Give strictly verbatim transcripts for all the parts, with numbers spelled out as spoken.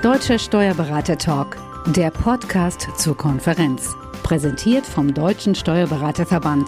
Deutscher Steuerberater-Talk, der Podcast zur Konferenz. Präsentiert vom Deutschen Steuerberaterverband.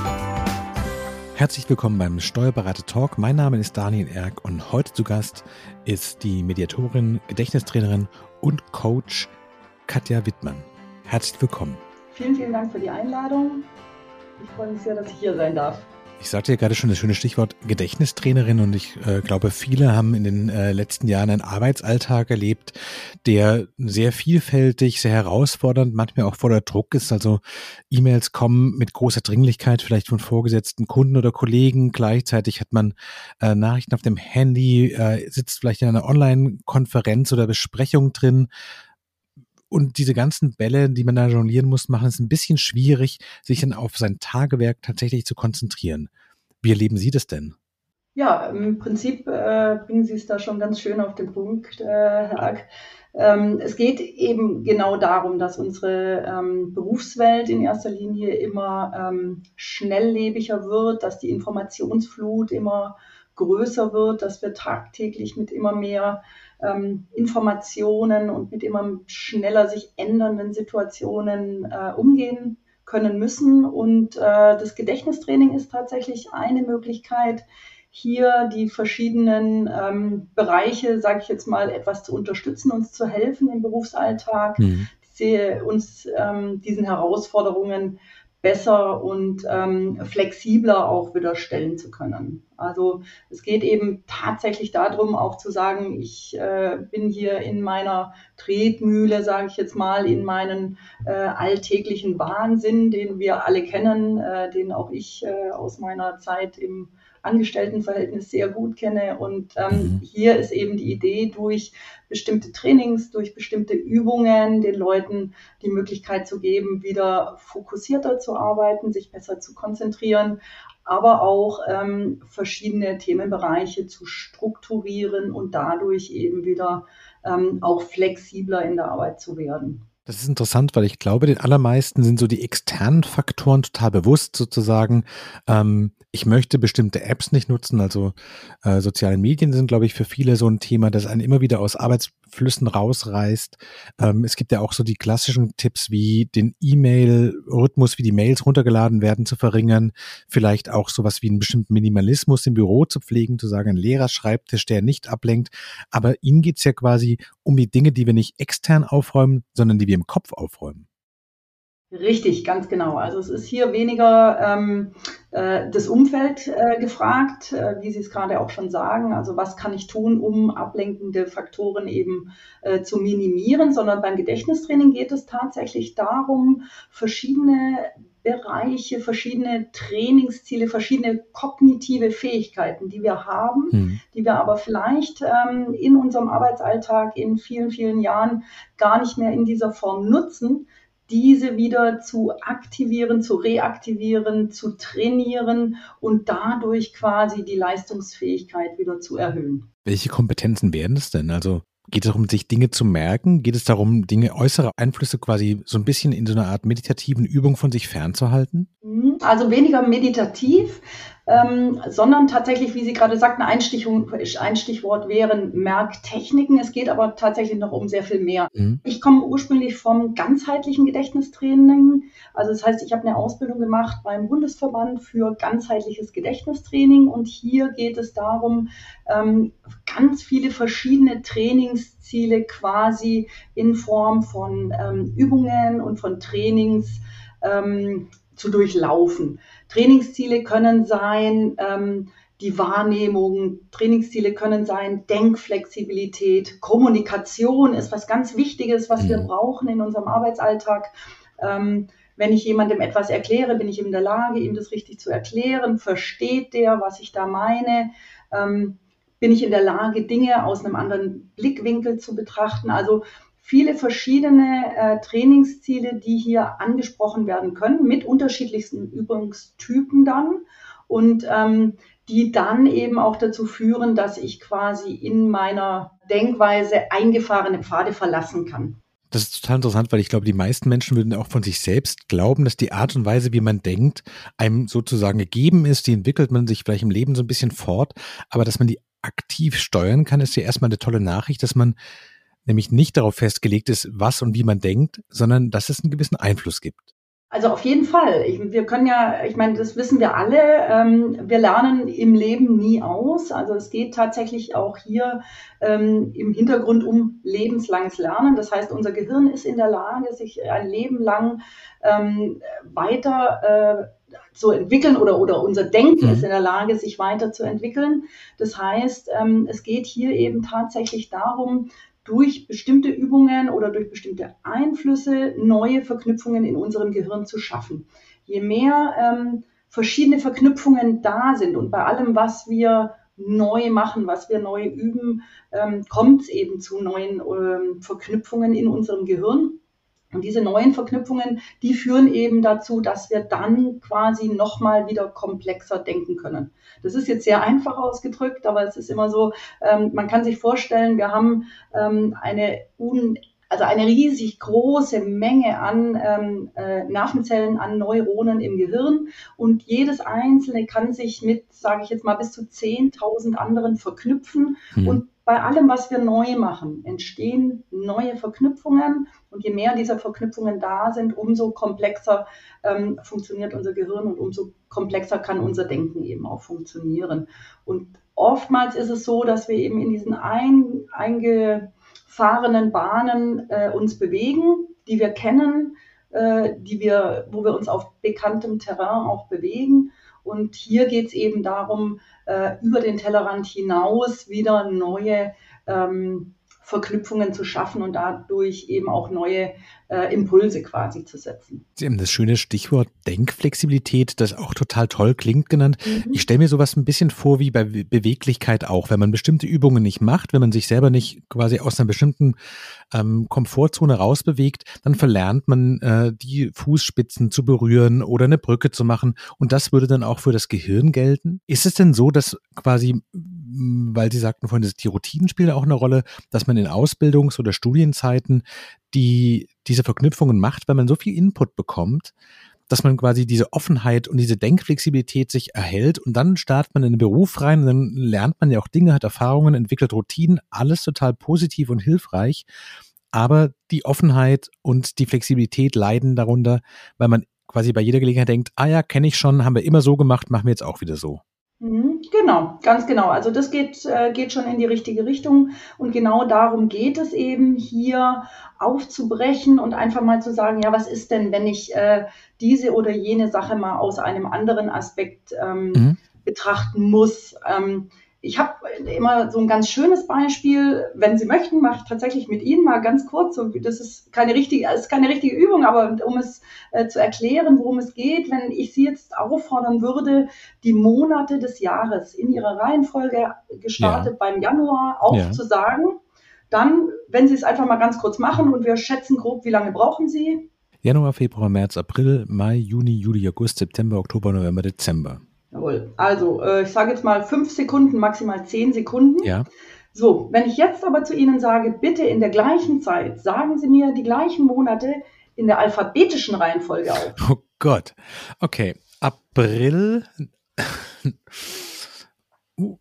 Herzlich willkommen beim Steuerberater-Talk. Mein Name ist Daniel Erck und heute zu Gast ist die Mediatorin, Gedächtnistrainerin und Coach Katja Wittmann. Herzlich willkommen. Vielen, vielen Dank für die Einladung. Ich freue mich sehr, dass ich hier sein darf. Ich sagte ja gerade schon das schöne Stichwort Gedächtnistrainerin und ich äh, glaube, viele haben in den äh, letzten Jahren einen Arbeitsalltag erlebt, der sehr vielfältig, sehr herausfordernd, manchmal auch voller Druck ist. Also E-Mails kommen mit großer Dringlichkeit, vielleicht von vorgesetzten Kunden oder Kollegen. Gleichzeitig hat man äh, Nachrichten auf dem Handy, äh, sitzt vielleicht in einer Online-Konferenz oder Besprechung drin. Und diese ganzen Bälle, die man da jonglieren muss, machen es ein bisschen schwierig, sich dann auf sein Tagewerk tatsächlich zu konzentrieren. Wie erleben Sie das denn? Ja, im Prinzip äh, bringen Sie es da schon ganz schön auf den Punkt, äh, Herr Ack. Ähm, es geht eben genau darum, dass unsere ähm, Berufswelt in erster Linie immer ähm, schnelllebiger wird, dass die Informationsflut immer größer wird, dass wir tagtäglich mit immer mehr ähm, Informationen und mit immer schneller sich ändernden Situationen äh, umgehen können müssen. Und äh, das Gedächtnistraining ist tatsächlich eine Möglichkeit, hier die verschiedenen ähm, Bereiche, sage ich jetzt mal, etwas zu unterstützen, uns zu helfen im Berufsalltag, mhm. die, uns ähm, diesen Herausforderungen besser und ähm, flexibler auch wieder stellen zu können. Also es geht eben tatsächlich darum, auch zu sagen, ich äh, bin hier in meiner Tretmühle, sage ich jetzt mal, in meinen äh, alltäglichen Wahnsinn, den wir alle kennen, äh, den auch ich äh, aus meiner Zeit im Angestelltenverhältnis sehr gut kenne. Und ähm, mhm. hier ist eben die Idee, durch bestimmte Trainings, durch bestimmte Übungen den Leuten die Möglichkeit zu geben, wieder fokussierter zu arbeiten, sich besser zu konzentrieren, aber auch ähm, verschiedene Themenbereiche zu strukturieren und dadurch eben wieder ähm, auch flexibler in der Arbeit zu werden. Das ist interessant, weil ich glaube, den allermeisten sind so die externen Faktoren total bewusst, sozusagen. Ähm, ich möchte bestimmte Apps nicht nutzen, also äh, soziale Medien sind, glaube ich, für viele so ein Thema, das einen immer wieder aus Arbeitsflüssen rausreißt. Ähm, es gibt ja auch so die klassischen Tipps wie den E-Mail-Rhythmus, wie die Mails runtergeladen werden, zu verringern. Vielleicht auch sowas wie einen bestimmten Minimalismus im Büro zu pflegen, zu sagen, ein leerer Schreibtisch, der nicht ablenkt. Aber Ihnen geht's ja quasi um die Dinge, die wir nicht extern aufräumen, sondern die wir im Kopf aufräumen. Richtig, ganz genau. Also es ist hier weniger ähm, äh, das Umfeld äh, gefragt, äh, wie Sie es gerade auch schon sagen. Also was kann ich tun, um ablenkende Faktoren eben äh, zu minimieren, sondern beim Gedächtnistraining geht es tatsächlich darum, verschiedene Bereiche, verschiedene Trainingsziele, verschiedene kognitive Fähigkeiten, die wir haben, hm. die wir aber vielleicht ähm, in unserem Arbeitsalltag in vielen, vielen Jahren gar nicht mehr in dieser Form nutzen, diese wieder zu aktivieren, zu reaktivieren, zu trainieren und dadurch quasi die Leistungsfähigkeit wieder zu erhöhen. Welche Kompetenzen wären das denn? Also geht es darum, sich Dinge zu merken? Geht es darum, Dinge, äußere Einflüsse quasi so ein bisschen in so einer Art meditativen Übung von sich fernzuhalten? Also weniger meditativ, ähm, sondern tatsächlich, wie Sie gerade sagten, ein, Stichwort, ein Stichwort wären Merktechniken. Es geht aber tatsächlich noch um sehr viel mehr. Mhm. Ich komme ursprünglich vom ganzheitlichen Gedächtnistraining. Also das heißt, ich habe eine Ausbildung gemacht beim Bundesverband für ganzheitliches Gedächtnistraining. Und hier geht es darum, ähm, ganz viele verschiedene Trainingsziele quasi in Form von ähm, Übungen und von Trainings ähm, zu durchlaufen. Trainingsziele können sein, ähm, die Wahrnehmung, Trainingsziele können sein, Denkflexibilität, Kommunikation ist was ganz Wichtiges, was mhm. wir brauchen in unserem Arbeitsalltag. Ähm, wenn ich jemandem etwas erkläre, bin ich in der Lage, ihm das richtig zu erklären, versteht der, was ich da meine, ähm, bin ich in der Lage, Dinge aus einem anderen Blickwinkel zu betrachten, also viele verschiedene äh, Trainingsziele, die hier angesprochen werden können, mit unterschiedlichsten Übungstypen dann und ähm, die dann eben auch dazu führen, dass ich quasi in meiner Denkweise eingefahrene Pfade verlassen kann. Das ist total interessant, weil ich glaube, die meisten Menschen würden auch von sich selbst glauben, dass die Art und Weise, wie man denkt, einem sozusagen gegeben ist, die entwickelt man sich vielleicht im Leben so ein bisschen fort, aber dass man die aktiv steuern kann, ist ja erstmal eine tolle Nachricht, dass man nämlich nicht darauf festgelegt ist, was und wie man denkt, sondern dass es einen gewissen Einfluss gibt. Also auf jeden Fall. Ich, wir können ja, ich meine, das wissen wir alle, ähm, wir lernen im Leben nie aus. Also es geht tatsächlich auch hier ähm, im Hintergrund um lebenslanges Lernen. Das heißt, unser Gehirn ist in der Lage, sich ein Leben lang ähm, weiter äh, zu entwickeln oder, oder unser Denken mhm. ist in der Lage, sich weiterzuentwickeln. Das heißt, ähm, es geht hier eben tatsächlich darum, durch bestimmte Übungen oder durch bestimmte Einflüsse neue Verknüpfungen in unserem Gehirn zu schaffen. Je mehr ähm, verschiedene Verknüpfungen da sind und bei allem, was wir neu machen, was wir neu üben, ähm, kommt es eben zu neuen ähm, Verknüpfungen in unserem Gehirn. Und diese neuen Verknüpfungen, die führen eben dazu, dass wir dann quasi nochmal wieder komplexer denken können. Das ist jetzt sehr einfach ausgedrückt, aber es ist immer so, ähm, man kann sich vorstellen, wir haben ähm, eine, un, also eine riesig große Menge an ähm, äh, Nervenzellen, an Neuronen im Gehirn und jedes einzelne kann sich mit, sage ich jetzt mal, bis zu zehntausend anderen verknüpfen mhm. und bei allem, was wir neu machen, entstehen neue Verknüpfungen und je mehr dieser Verknüpfungen da sind, umso komplexer ähm, funktioniert unser Gehirn und umso komplexer kann unser Denken eben auch funktionieren. Und oftmals ist es so, dass wir eben in diesen ein, eingefahrenen Bahnen äh, uns bewegen, die wir kennen, äh, die wir, wo wir uns auf bekanntem Terrain auch bewegen. Und hier geht es eben darum, äh, über den Tellerrand hinaus wieder neue ähm, Verknüpfungen zu schaffen und dadurch eben auch neue äh, Impulse quasi zu setzen. Sie haben das schöne Stichwort Denkflexibilität, das auch total toll klingt, genannt. Mhm. Ich stelle mir sowas ein bisschen vor wie bei Beweglichkeit auch. Wenn man bestimmte Übungen nicht macht, wenn man sich selber nicht quasi aus einer bestimmten ähm, Komfortzone rausbewegt, dann verlernt man äh, die Fußspitzen zu berühren oder eine Brücke zu machen und das würde dann auch für das Gehirn gelten. Ist es denn so, dass quasi, weil Sie sagten vorhin, dass die Routinen spielen auch eine Rolle, dass man in Ausbildungs- oder Studienzeiten die diese Verknüpfungen macht, weil man so viel Input bekommt, dass man quasi diese Offenheit und diese Denkflexibilität sich erhält und dann startet man in den Beruf rein und dann lernt man ja auch Dinge, hat Erfahrungen, entwickelt Routinen, alles total positiv und hilfreich, aber die Offenheit und die Flexibilität leiden darunter, weil man quasi bei jeder Gelegenheit denkt, ah ja, kenne ich schon, haben wir immer so gemacht, machen wir jetzt auch wieder so. Genau, ganz genau. Also das geht, äh, geht schon in die richtige Richtung und genau darum geht es eben, hier aufzubrechen und einfach mal zu sagen, ja, was ist denn, wenn ich äh, diese oder jene Sache mal aus einem anderen Aspekt ähm, mhm. betrachten muss. Ähm, Ich habe immer so ein ganz schönes Beispiel, wenn Sie möchten, mache ich tatsächlich mit Ihnen mal ganz kurz. Das ist keine richtige, ist keine richtige Übung, aber um es äh, zu erklären, worum es geht, wenn ich Sie jetzt auffordern würde, die Monate des Jahres in ihrer Reihenfolge gestartet ja. beim Januar aufzusagen, ja. dann, wenn Sie es einfach mal ganz kurz machen und wir schätzen grob, wie lange brauchen Sie? Januar, Februar, März, April, Mai, Juni, Juli, August, September, Oktober, November, Dezember. Jawohl. Also, äh, ich sage jetzt mal fünf Sekunden, maximal zehn Sekunden. Ja. So, wenn ich jetzt aber zu Ihnen sage, bitte in der gleichen Zeit, sagen Sie mir die gleichen Monate in der alphabetischen Reihenfolge auf. Oh Gott. Okay. April. uh.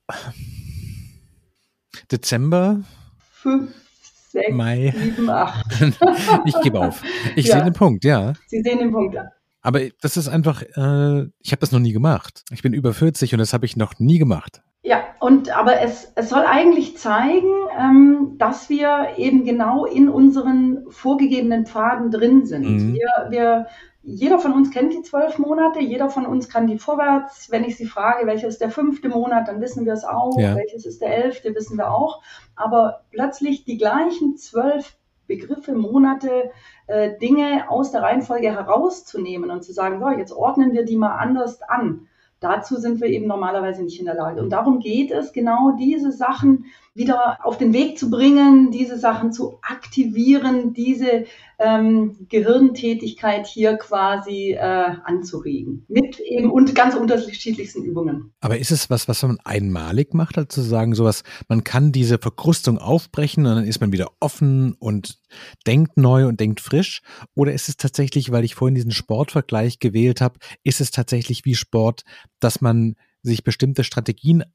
Dezember. Fünf, sechs, Mai. sieben, acht. Ich gebe auf. Ich ja. sehe den Punkt, ja. Sie sehen den Punkt, ja. Aber das ist einfach, äh, ich habe das noch nie gemacht. Ich bin über vierzig und das habe ich noch nie gemacht. Ja, und aber es, es soll eigentlich zeigen, ähm, dass wir eben genau in unseren vorgegebenen Pfaden drin sind. Mhm. Wir, wir, jeder von uns kennt die zwölf Monate, jeder von uns kann die vorwärts. Wenn ich Sie frage, welcher ist der fünfte Monat, dann wissen wir es auch. Ja. Welches ist der elfte, wissen wir auch. Aber plötzlich die gleichen zwölf Begriffe, Monate, äh, Dinge aus der Reihenfolge herauszunehmen und zu sagen, so, jetzt ordnen wir die mal anders an. Dazu sind wir eben normalerweise nicht in der Lage. Und darum geht es, genau diese Sachen wieder auf den Weg zu bringen, diese Sachen zu aktivieren, diese ähm, Gehirntätigkeit hier quasi äh, anzuregen. Mit eben und ganz unterschiedlichsten Übungen. Aber ist es was, was man einmalig macht, also zu sagen, sowas, man kann diese Verkrustung aufbrechen und dann ist man wieder offen und denkt neu und denkt frisch? Oder ist es tatsächlich, weil ich vorhin diesen Sportvergleich gewählt habe, ist es tatsächlich wie Sport, dass man sich bestimmte Strategien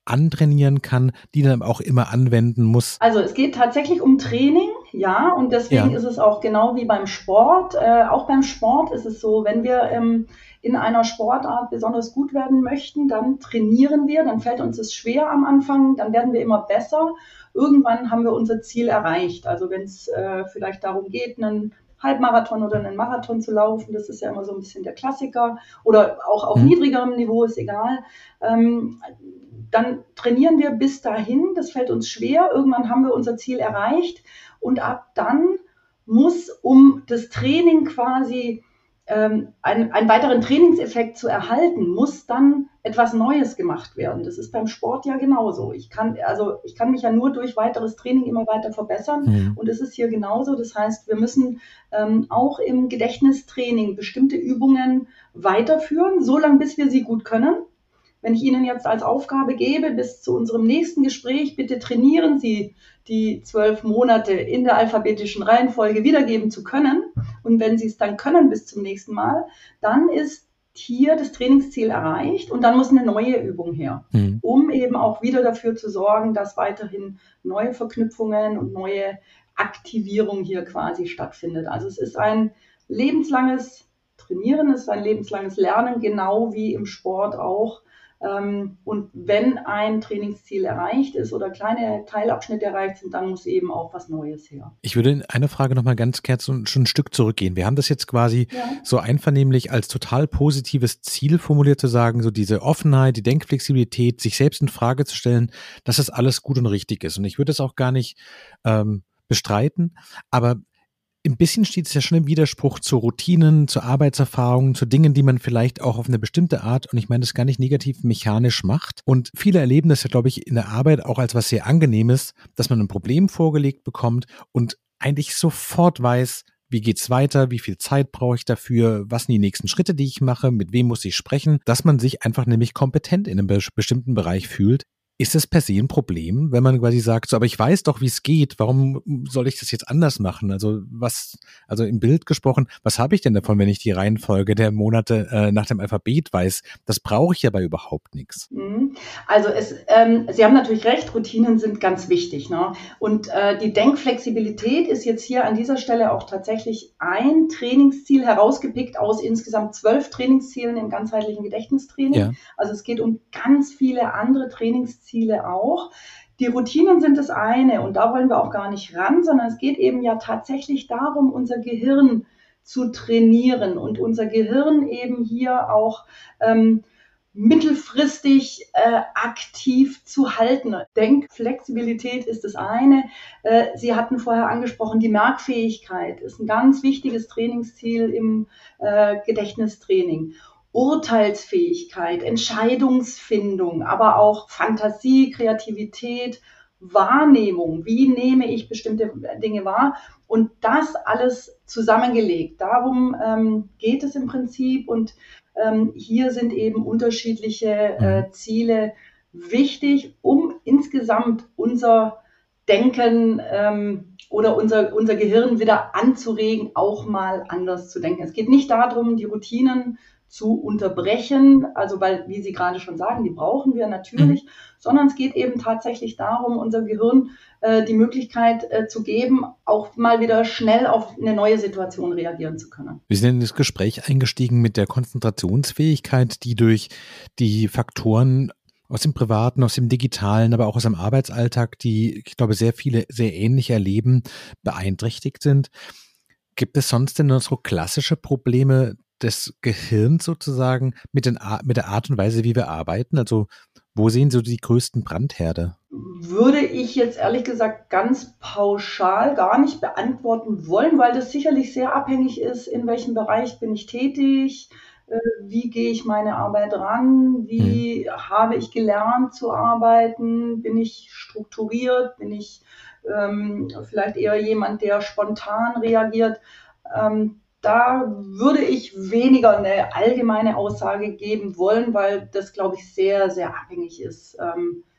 antrainieren kann, die dann auch immer anwenden muss? Also es geht tatsächlich um Training, ja, und deswegen ja. ist es auch genau wie beim Sport. Äh, auch beim Sport ist es so, wenn wir ähm, in einer Sportart besonders gut werden möchten, dann trainieren wir, dann fällt uns es schwer am Anfang, dann werden wir immer besser. Irgendwann haben wir unser Ziel erreicht. Also wenn es äh, vielleicht darum geht, einen Halbmarathon oder einen Marathon zu laufen, das ist ja immer so ein bisschen der Klassiker, oder auch auf hm. niedrigerem Niveau, ist egal. Ähm, dann trainieren wir bis dahin, das fällt uns schwer, irgendwann haben wir unser Ziel erreicht und ab dann muss, um das Training quasi ähm, einen, einen weiteren Trainingseffekt zu erhalten, muss dann etwas Neues gemacht werden. Das ist beim Sport ja genauso. Ich kann, also ich kann mich ja nur durch weiteres Training immer weiter verbessern mhm. und es ist hier genauso. Das heißt, wir müssen ähm, auch im Gedächtnistraining bestimmte Übungen weiterführen, solange bis wir sie gut können. Wenn ich Ihnen jetzt als Aufgabe gebe, bis zu unserem nächsten Gespräch, bitte trainieren Sie, die zwölf Monate in der alphabetischen Reihenfolge wiedergeben zu können. Und wenn Sie es dann können bis zum nächsten Mal, dann ist hier das Trainingsziel erreicht und dann muss eine neue Übung her, mhm. um eben auch wieder dafür zu sorgen, dass weiterhin neue Verknüpfungen und neue Aktivierung hier quasi stattfindet. Also es ist ein lebenslanges Trainieren, es ist ein lebenslanges Lernen, genau wie im Sport auch. Und wenn ein Trainingsziel erreicht ist oder kleine Teilabschnitte erreicht sind, dann muss eben auch was Neues her. Ich würde in einer Frage nochmal ganz kurz schon ein Stück zurückgehen. Wir haben das jetzt quasi ja. so einvernehmlich als total positives Ziel formuliert, zu sagen, so diese Offenheit, die Denkflexibilität, sich selbst in Frage zu stellen, dass das alles gut und richtig ist. Und ich würde das auch gar nicht ähm, bestreiten, aber ein bisschen steht es ja schon im Widerspruch zu Routinen, zu Arbeitserfahrungen, zu Dingen, die man vielleicht auch auf eine bestimmte Art, und ich meine das gar nicht negativ, mechanisch macht. Und viele erleben das ja, glaube ich, in der Arbeit auch als was sehr Angenehmes, dass man ein Problem vorgelegt bekommt und eigentlich sofort weiß, wie geht's weiter, wie viel Zeit brauche ich dafür, was sind die nächsten Schritte, die ich mache, mit wem muss ich sprechen, dass man sich einfach nämlich kompetent in einem be- bestimmten Bereich fühlt. Ist es per se ein Problem, wenn man quasi sagt, so, aber ich weiß doch, wie es geht, warum soll ich das jetzt anders machen? Also was, also im Bild gesprochen, was habe ich denn davon, wenn ich die Reihenfolge der Monate äh, nach dem Alphabet weiß? Das brauche ich ja bei überhaupt nichts. Also es, ähm, Sie haben natürlich recht, Routinen sind ganz wichtig, ne? Und äh, die Denkflexibilität ist jetzt hier an dieser Stelle auch tatsächlich ein Trainingsziel herausgepickt aus insgesamt zwölf Trainingszielen im ganzheitlichen Gedächtnistraining. Ja. Also es geht um ganz viele andere Trainingsziele Ziele auch. Die Routinen sind das eine und da wollen wir auch gar nicht ran, sondern es geht eben ja tatsächlich darum, unser Gehirn zu trainieren und unser Gehirn eben hier auch ähm, mittelfristig äh, aktiv zu halten. Denkflexibilität ist das eine. Äh, Sie hatten vorher angesprochen, die Merkfähigkeit ist ein ganz wichtiges Trainingsziel im äh, Gedächtnistraining. Urteilsfähigkeit, Entscheidungsfindung, aber auch Fantasie, Kreativität, Wahrnehmung. Wie nehme ich bestimmte Dinge wahr? Und das alles zusammengelegt. Darum ähm, geht es im Prinzip. Und ähm, hier sind eben unterschiedliche äh, Ziele wichtig, um insgesamt unser Denken ähm, oder unser, unser Gehirn wieder anzuregen, auch mal anders zu denken. Es geht nicht darum, die Routinen zu unterbrechen, also weil, wie Sie gerade schon sagen, die brauchen wir natürlich, mhm. sondern es geht eben tatsächlich darum, unser Gehirn äh, die Möglichkeit äh, zu geben, auch mal wieder schnell auf eine neue Situation reagieren zu können. Wir sind in das Gespräch eingestiegen mit der Konzentrationsfähigkeit, die durch die Faktoren aus dem Privaten, aus dem Digitalen, aber auch aus dem Arbeitsalltag, die, ich glaube, sehr viele sehr ähnlich erleben, beeinträchtigt sind. Gibt es sonst denn noch so klassische Probleme des Gehirns sozusagen mit, den, mit der Art und Weise, wie wir arbeiten? Also wo sehen Sie die größten Brandherde? Würde ich jetzt ehrlich gesagt ganz pauschal gar nicht beantworten wollen, weil das sicherlich sehr abhängig ist, in welchem Bereich bin ich tätig, wie gehe ich meine Arbeit ran, wie hm. habe ich gelernt zu arbeiten, bin ich strukturiert, bin ich ähm, vielleicht eher jemand, der spontan reagiert. Ähm, Da würde ich weniger eine allgemeine Aussage geben wollen, weil das, glaube ich, sehr, sehr abhängig ist, ähm,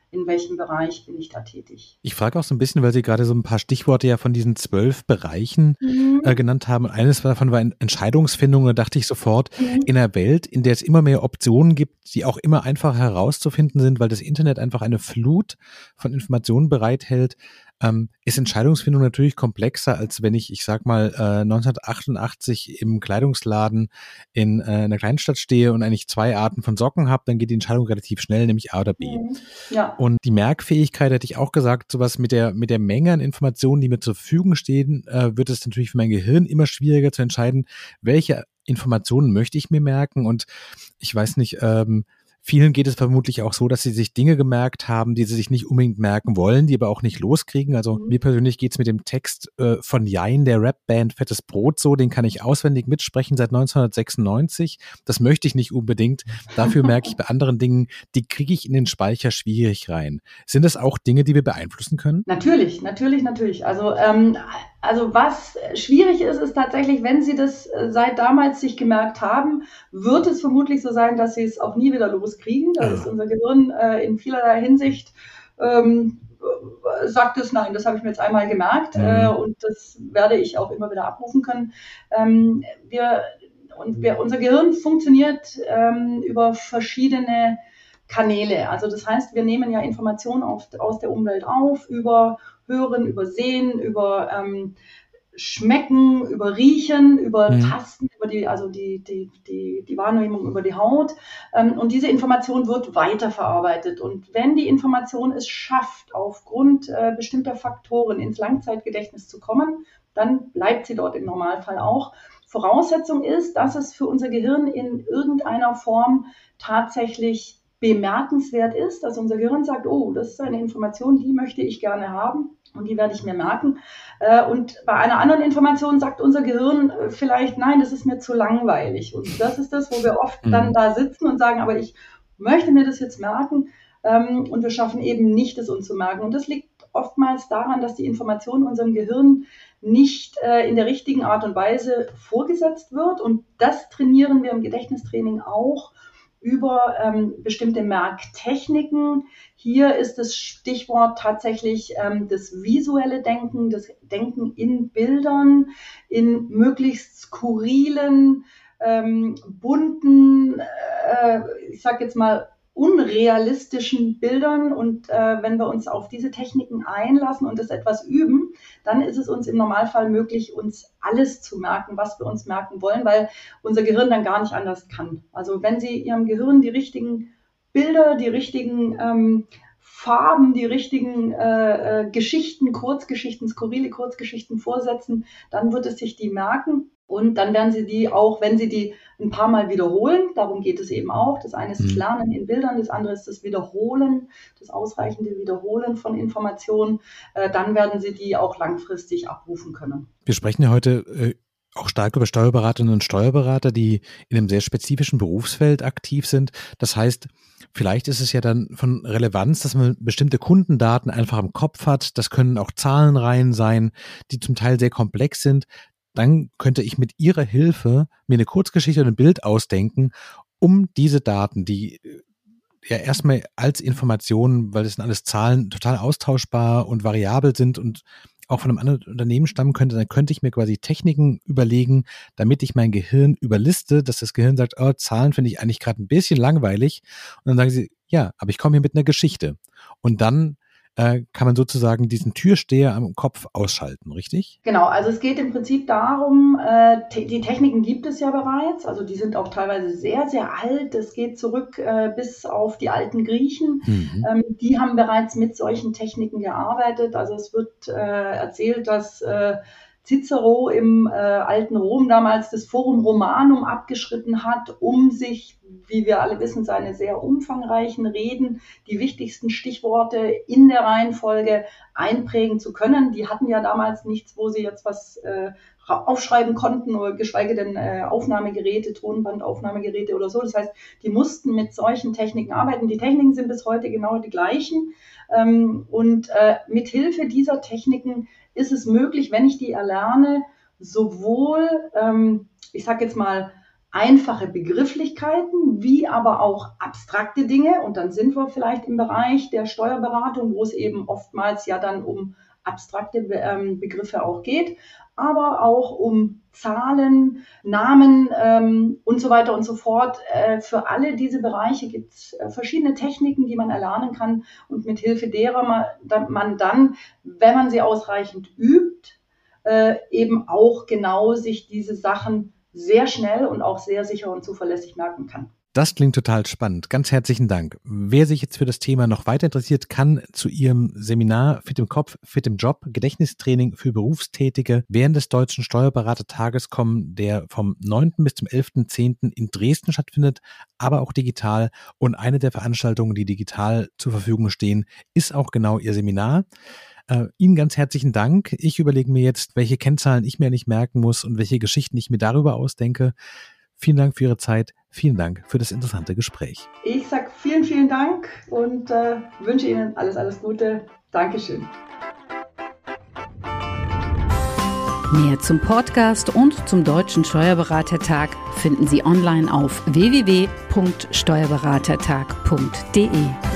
in welchem Bereich bin ich da tätig. Ich frage auch so ein bisschen, weil Sie gerade so ein paar Stichworte ja von diesen zwölf Bereichen mhm. äh, genannt haben. Und eines davon war Entscheidungsfindung. Da dachte ich sofort, mhm. in einer Welt, in der es immer mehr Optionen gibt, die auch immer einfacher herauszufinden sind, weil das Internet einfach eine Flut von Informationen bereithält, ähm, ist Entscheidungsfindung natürlich komplexer, als wenn ich, ich sag mal, äh, neunzehnhundertachtundachtzig im Kleidungsladen in äh, einer Kleinstadt stehe und eigentlich zwei Arten von Socken habe, dann geht die Entscheidung relativ schnell, nämlich A oder B. Mhm. Ja. Und die Merkfähigkeit, hätte ich auch gesagt, sowas mit der mit der Menge an Informationen, die mir zur Verfügung stehen, äh, wird es natürlich für mein Gehirn immer schwieriger zu entscheiden, welche Informationen möchte ich mir merken. Und ich weiß nicht, ähm, vielen geht es vermutlich auch so, dass sie sich Dinge gemerkt haben, die sie sich nicht unbedingt merken wollen, die aber auch nicht loskriegen. Also mhm. mir persönlich geht es mit dem Text äh, von Jein, der Rapband Fettes Brot so, den kann ich auswendig mitsprechen seit neunzehnhundertsechsundneunzig. Das möchte ich nicht unbedingt. Dafür merke ich bei anderen Dingen, die kriege ich in den Speicher schwierig rein. Sind das auch Dinge, die wir beeinflussen können? Natürlich, natürlich, natürlich. Also ähm, Also was schwierig ist, ist tatsächlich, wenn Sie das seit damals sich gemerkt haben, wird es vermutlich so sein, dass Sie es auch nie wieder loskriegen. Da ist unser Gehirn äh, in vielerlei Hinsicht, ähm, sagt es, nein, das habe ich mir jetzt einmal gemerkt mhm. äh, und das werde ich auch immer wieder abrufen können. Ähm, wir, und wir, unser Gehirn funktioniert ähm, über verschiedene Kanäle. Also das heißt, wir nehmen ja Informationen auf, aus der Umwelt auf, über Hören, über Sehen, über ähm, Schmecken, über Riechen, über mhm. Tasten, über die, also die, die, die, die Wahrnehmung über die Haut. Ähm, und diese Information wird weiterverarbeitet. Und wenn die Information es schafft, aufgrund äh, bestimmter Faktoren ins Langzeitgedächtnis zu kommen, dann bleibt sie dort im Normalfall auch. Voraussetzung ist, dass es für unser Gehirn in irgendeiner Form tatsächlich bemerkenswert ist, dass unser Gehirn sagt, oh, das ist eine Information, die möchte ich gerne haben und die werde ich mir merken. Und bei einer anderen Information sagt unser Gehirn vielleicht, nein, das ist mir zu langweilig. Und das ist das, wo wir oft mhm. dann da sitzen und sagen, aber ich möchte mir das jetzt merken und wir schaffen eben nicht, es uns zu merken. Und das liegt oftmals daran, dass die Information unserem Gehirn nicht in der richtigen Art und Weise vorgesetzt wird. Und das trainieren wir im Gedächtnistraining auch über ähm, bestimmte Merktechniken. Hier ist das Stichwort tatsächlich ähm, das visuelle Denken, das Denken in Bildern, in möglichst skurrilen, ähm, bunten, äh, ich sag jetzt mal unrealistischen Bildern. Und äh, wenn wir uns auf diese Techniken einlassen und das etwas üben, dann ist es uns im Normalfall möglich, uns alles zu merken, was wir uns merken wollen, weil unser Gehirn dann gar nicht anders kann. Also wenn Sie Ihrem Gehirn die richtigen Bilder, die richtigen ähm, Farben, die richtigen äh, äh, Geschichten, Kurzgeschichten, skurrile Kurzgeschichten vorsetzen, dann wird es sich die merken. Und dann werden Sie die auch, wenn Sie die ein paar Mal wiederholen, darum geht es eben auch. Das eine ist das Lernen in Bildern, das andere ist das Wiederholen, das ausreichende Wiederholen von Informationen. Äh, dann werden Sie die auch langfristig abrufen können. Wir sprechen ja heute äh, auch stark über Steuerberaterinnen und Steuerberater, die in einem sehr spezifischen Berufsfeld aktiv sind. Das heißt, vielleicht ist es ja dann von Relevanz, dass man bestimmte Kundendaten einfach im Kopf hat. Das können auch Zahlenreihen sein, die zum Teil sehr komplex sind. Dann könnte ich mit Ihrer Hilfe mir eine Kurzgeschichte oder ein Bild ausdenken, um diese Daten, die ja erstmal als Informationen, weil das sind alles Zahlen, total austauschbar und variabel sind und auch von einem anderen Unternehmen stammen könnte, dann könnte ich mir quasi Techniken überlegen, damit ich mein Gehirn überliste, dass das Gehirn sagt, oh, Zahlen finde ich eigentlich gerade ein bisschen langweilig. Und dann sagen sie, ja, aber ich komme hier mit einer Geschichte. Und dann äh, kann man sozusagen diesen Türsteher am Kopf ausschalten, richtig? Genau, also es geht im Prinzip darum, äh, te- die Techniken gibt es ja bereits, also die sind auch teilweise sehr, sehr alt. Es geht zurück äh, bis auf die alten Griechen. Mhm. Ähm, die haben bereits mit solchen Techniken gearbeitet. Also es wird äh, erzählt, dass äh, Cicero im äh, alten Rom damals das Forum Romanum abgeschritten hat, um sich, wie wir alle wissen, seine sehr umfangreichen Reden, die wichtigsten Stichworte in der Reihenfolge einprägen zu können. Die hatten ja damals nichts, wo sie jetzt was äh, aufschreiben konnten oder geschweige denn äh, Aufnahmegeräte, Tonbandaufnahmegeräte oder so. Das heißt, die mussten mit solchen Techniken arbeiten. Die Techniken sind bis heute genau die gleichen. Ähm, und äh, mit Hilfe dieser Techniken ist es möglich, wenn ich die erlerne, sowohl, ähm, ich sage jetzt mal, einfache Begrifflichkeiten, wie aber auch abstrakte Dinge. Und dann sind wir vielleicht im Bereich der Steuerberatung, wo es eben oftmals ja dann um abstrakte Begriffe auch geht, aber auch um Zahlen, Namen ähm, und so weiter und so fort. Äh, für alle diese Bereiche gibt es äh, verschiedene Techniken, die man erlernen kann und mit Hilfe derer man, man dann, wenn man sie ausreichend übt, äh, eben auch genau sich diese Sachen sehr schnell und auch sehr sicher und zuverlässig merken kann. Das klingt total spannend. Ganz herzlichen Dank. Wer sich jetzt für das Thema noch weiter interessiert, kann zu Ihrem Seminar Fit im Kopf, Fit im Job, Gedächtnistraining für Berufstätige während des Deutschen Steuerberatertages kommen, der vom neunten bis zum elften zehnten in Dresden stattfindet, aber auch digital. Und eine der Veranstaltungen, die digital zur Verfügung stehen, ist auch genau Ihr Seminar. Äh, Ihnen ganz herzlichen Dank. Ich überlege mir jetzt, welche Kennzahlen ich mir nicht merken muss und welche Geschichten ich mir darüber ausdenke. Vielen Dank für Ihre Zeit. Vielen Dank für das interessante Gespräch. Ich sage vielen, vielen Dank und äh, wünsche Ihnen alles, alles Gute. Dankeschön. Mehr zum Podcast und zum Deutschen Steuerberatertag finden Sie online auf w w w punkt steuerberatertag punkt d e.